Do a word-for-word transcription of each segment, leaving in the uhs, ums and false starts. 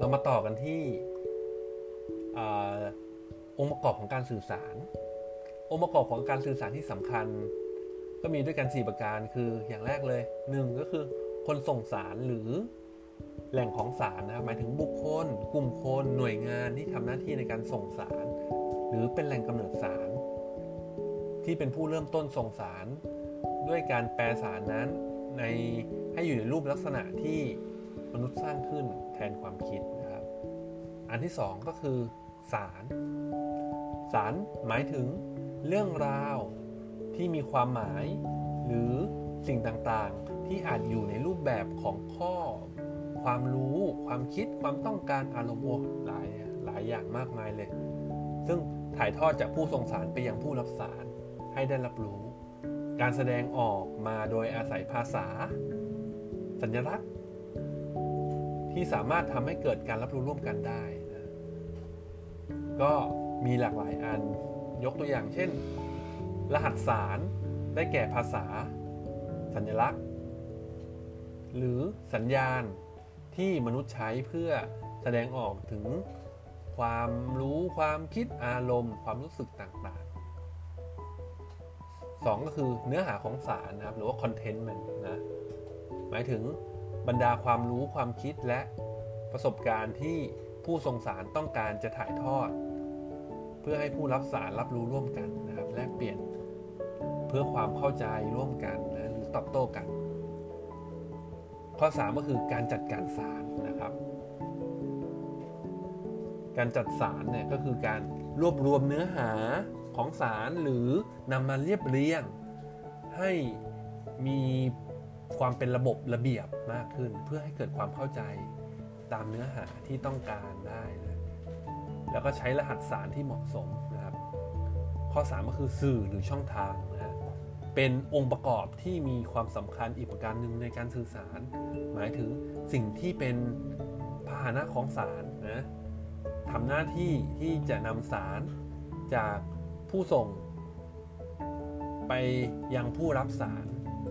เรามาต่อกันที่องค์ประกอบของการสื่อสารองค์ประกอบของการสื่อสารที่สำคัญก็มีด้วยกันสี่ประการคืออย่างแรกเลยหนึ่งก็คือคนส่งสารหรือแหล่งของสารนะหมายถึงบุคคลกลุ่มคนหน่วยงานที่ทำหน้าที่ในการส่งสารหรือเป็นแหล่งกำเนิดสารที่เป็นผู้เริ่มต้นส่งสารด้วยการแปลสารนั้นในให้อยู่ในรูปลักษณะที่มนุษย์สร้างขึ้นแทนความคิดนะครับอันที่สองก็คือสารสารหมายถึงเรื่องราวที่มีความหมายหรือสิ่งต่างๆที่อาจอยู่ในรูปแบบของข้อความรู้ความคิดความต้องการอารมณ์หลายหลายอย่างมากมายเลยซึ่งถ่ายทอดจากผู้ส่งสารไปยังผู้รับสารให้ได้รับรู้การแสดงออกมาโดยอาศัยภาษาสัญลักษณ์ที่สามารถทำให้เกิดการรับรู้ร่วมกันได้นะก็มีหลากหลายอันยกตัวอย่างเช่นรหัสสารได้แก่ภาษาสัญลักษณ์หรือสัญญาณที่มนุษย์ใช้เพื่อแสดงออกถึงความรู้ความคิดอารมณ์ความรู้สึกต่างๆสองก็คือเนื้อหาของสารนะครับหรือว่า content มันนะหมายถึงบรรดาความรู้ความคิดและประสบการณ์ที่ผู้ส่งสารต้องการจะถ่ายทอดเพื่อให้ผู้รับสารรับรู้ร่วมกันนะครับแลกเปลี่ยนเพื่อความเข้าใจร่วมกันนะหรือตอบโต้กันข้อสามก็คือการจัดการสารนะครับการจัดสารเนี่ยก็คือการรวบรวมเนื้อหาของสารหรือนำมาเรียบเรียงให้มีความเป็นระบบระเบียบมากขึ้นเพื่อให้เกิดความเข้าใจตามเนื้อหาที่ต้องการได้นะแล้วก็ใช้รหัสสารที่เหมาะสมนะครับข้อสามก็คือสื่อหรือช่องทางนะเป็นองค์ประกอบที่มีความสำคัญอีกประการหนึ่งในการสื่อสารหมายถึงสิ่งที่เป็นพาหนะของสารนะทำหน้าที่ที่จะนำสารจากผู้ส่งไปยังผู้รับสาร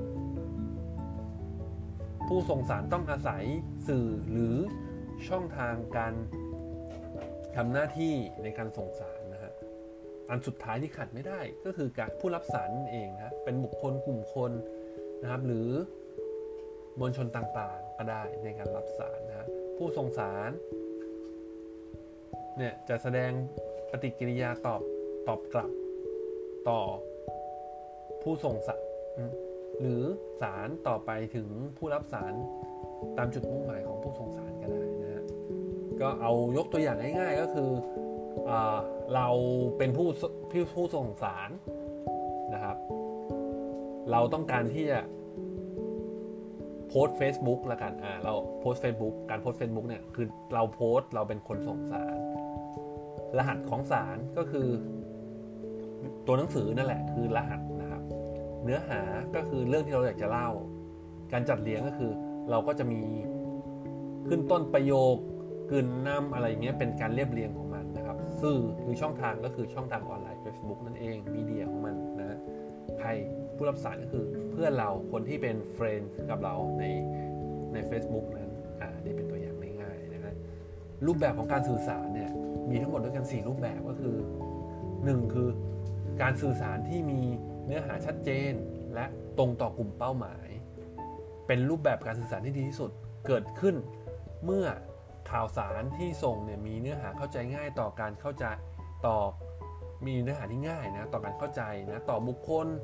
ผู้ส่งสารต้องอาศัยสื่อหรือช่องทางการทำหน้าที่ในการส่งสารนะฮะอันสุดท้ายที่ขัดไม่ได้ก็คือการผู้รับสารนั่นเองนะเป็นบุคคลกลุ่มคนนะครับหรือมวลชนต่างๆก็ได้ในการรับสารนะผู้ส่งสารเนี่ยจะแสดงปฏิกิริยาตอบตอบกลับต่อผู้ส่งสารหรือสารต่อไปถึงผู้รับสารตามจุดมุ่งหมายของผู้ส่งสารก็ได้นะฮะก็เอายกตัวอย่างง่ายๆก็คือเราเป็นผู้ผู้ส่งสารนะครับเราต้องการที่จะโพสต์ Facebook ละกันอ่าเราโพสต์ Facebook การโพสต์ Facebook เนี่ยคือเราโพสต์เราเป็นคนส่งสารรหัสของสารก็คือตัวหนังสือนั่นแหละคือรหัสนะครับเนื้อหาก็คือเรื่องที่เราอยากจะเล่าการจัดเรียงก็คือเราก็จะมีขึ้นต้นประโยคกึ่นนำอะไรอย่างเงี้ยเป็นการเรียบเรียงของมันนะครับสื่อหรือช่องทางก็คือช่องทางออนไลน์ Facebook นั่นเองมีเดียของมันนะใครผู้รับสารก็คือเพื่อนเราคนที่เป็นเฟรนด์กับเราในใน Facebook นั้นอ่านี่เป็นตัวอย่างง่ายๆนะฮะรูปแบบของการสื่อสารเนี่ยมีทั้งหมดด้วยกันสี่รูปแบบก็คือหนึ่งคือการสื่อสารที่มีเนื้อหาชัดเจนและตรงต่อกลุ่มเป้าหมายเป็นรูปแบบการสื่อสารที่ดีที่สุดเกิดขึ้นเมื่อข่าวสารที่ส่งเนี่ยมีเนื้อหาเข้าใจง่ายต่อการเข้าใจต่อมีเนื้อหาที่ง่ายนะต่อการเข้าใจนะต่อบุคคล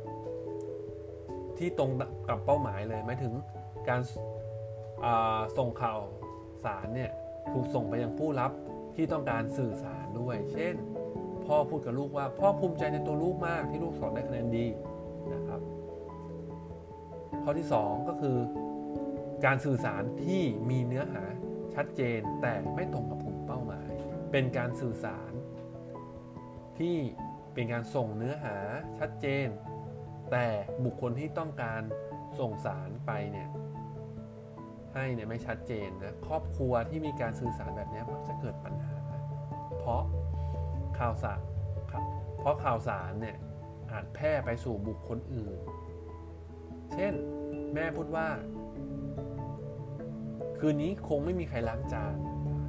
ที่ตรงกับเป้าหมายเลยหมายถึงการส่งข่าวสารเนี่ยถูกส่งไปยังผู้รับที่ต้องการสื่อสารด้วยเช่นพ่อพูดกับลูกว่าพ่อภูมิใจในตัวลูกมากที่ลูกสอบได้คะแนนดีนะครับข้อที่สองก็คือการสื่อสารที่มีเนื้อหาชัดเจนแต่ไม่ตรงกับกลุ่มเป้าหมายเป็นการสื่อสารที่เป็นการส่งเนื้อหาชัดเจนแต่บุคคลที่ต้องการส่งสารไปเนี่ยให้เนี่ยไม่ชัดเจนนะครอบครัวที่มีการสื่อสารแบบนี้มักจะเกิดปัญหาเพราะข่าวสารเพราะข่าวสารเนี่ยอาจแพร่ไปสู่บุคคลอื่นเช่นแม่พูดว่าคืนนี้คงไม่มีใครล้างจาน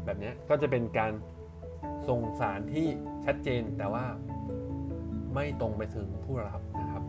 แบบนี้ก็จะเป็นการส่งสารที่ชัดเจนแต่ว่าไม่ตรงไปถึงผู้รับนะครับ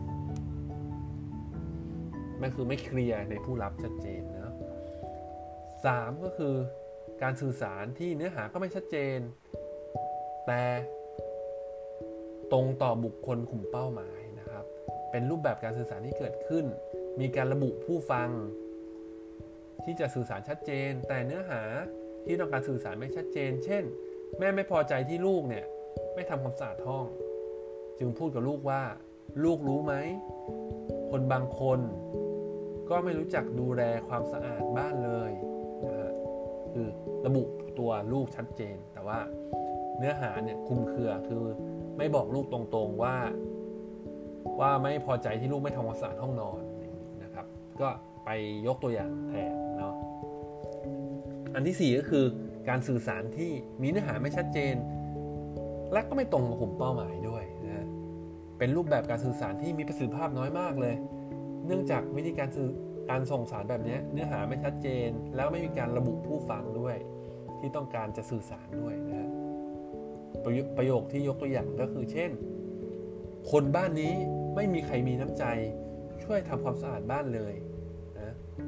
นั่นคือไม่เคลียร์ในผู้รับชัดเจนนะสามก็คือการสื่อสารที่เนื้อหาก็ไม่ชัดเจนแต่ตรงต่อบุคคลกลุ่มเป้าหมายนะครับเป็นรูปแบบการสื่อสารที่เกิดขึ้นมีการระบุผู้ฟังที่จะสื่อสารชัดเจนแต่เนื้อหาที่ต้องการสื่อสารไม่ชัดเจนเช่นแม่ไม่พอใจที่ลูกเนี่ยไม่ทำความสะอาดห้องจึงพูดกับลูกว่าลูกรู้ไหมคนบางคนก็ไม่รู้จักดูแลความสะอาดบ้านเลยนะฮะคือระบุตัวลูกชัดเจนแต่ว่าเนื้อหาเนี่ยคลุมเครือคือไม่บอกลูกตรงๆว่าว่าไม่พอใจที่ลูกไม่ทำความสะอาดห้องนอนนะครับก็ไปยกตัวอย่างแทนเนาะอันที่สี่ก็คือการสื่อสารที่มีเนื้อหาไม่ชัดเจนและก็ไม่ตรงกับกลุ่มเป้าหมายด้วยนะเป็นรูปแบบการสื่อสารที่มีประสิทธิภาพน้อยมากเลยเนื่องจากวิธีการสื่อการส่งสารแบบนี้เนื้อหาไม่ชัดเจนแล้วไม่มีการระบุผู้ฟังด้วยที่ต้องการจะสื่อสารด้วยนะประโยคที่ยกตัวอย่างก็คือเช่นคนบ้านนี้ไม่มีใครมีน้ำใจช่วยทำความสะอาดบ้านเลยนะ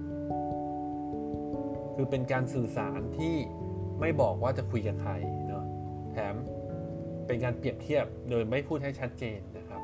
คือเป็นการสื่อสารที่ไม่บอกว่าจะคุยกับใครเนาะแถมเป็นการเปรียบเทียบโดยไม่พูดให้ชัดเจนนะครับ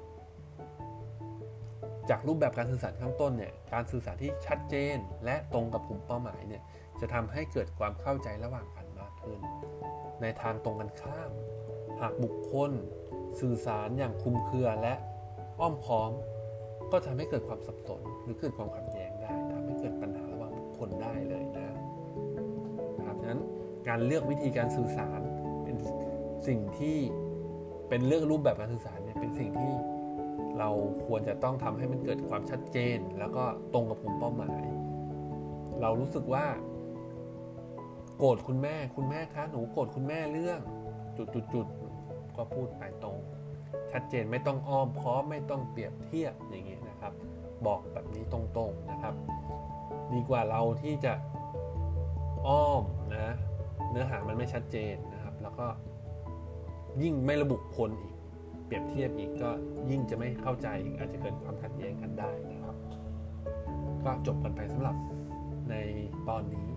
จากรูปแบบการสื่อสารข้างต้นเนี่ยการสื่อสารที่ชัดเจนและตรงกับกลุ่มเป้าหมายเนี่ยจะทำให้เกิดความเข้าใจระหว่างกันมากขึ้นในทางตรงกันข้ามหากบุคคลสื่อสารอย่างคลุมเครือและอ้อมค้อมก็ทำให้เกิดความสับสนหรือเกิดความขัดแย้งได้ทำให้เกิดปัญหาระหว่างบุคคลได้เลยนะนะครับฉะนั้นการเลือกวิธีการสื่อสารเป็นสิ่งที่เป็นเรื่องรูปแบบการสื่อสารเนี่ยเป็นสิ่งที่เราควรจะต้องทำให้มันเกิดความชัดเจนแล้วก็ตรงกับกลุ่มเป้าหมายเรารู้สึกว่าโกรธคุณแม่คุณแม่คะหนูโกรธคุณแม่เรื่องจุดๆๆก็พูดไปตรงชัดเจนไม่ต้องอ้อมค้อมไม่ต้องเปรียบเทียบอย่างเงี้ยนะครับบอกแบบนี้ตรงๆนะครับดีกว่าเราที่จะอ้อมนะเนื้อหามันไม่ชัดเจนนะครับแล้วก็ยิ่งไม่ระบุคนอีกเปรียบเทียบอีกก็ยิ่งจะไม่เข้าใจอีกอาจจะเกิดความขัดแย้งกันได้นะครับก็จบกันไปสำหรับในตอนนี้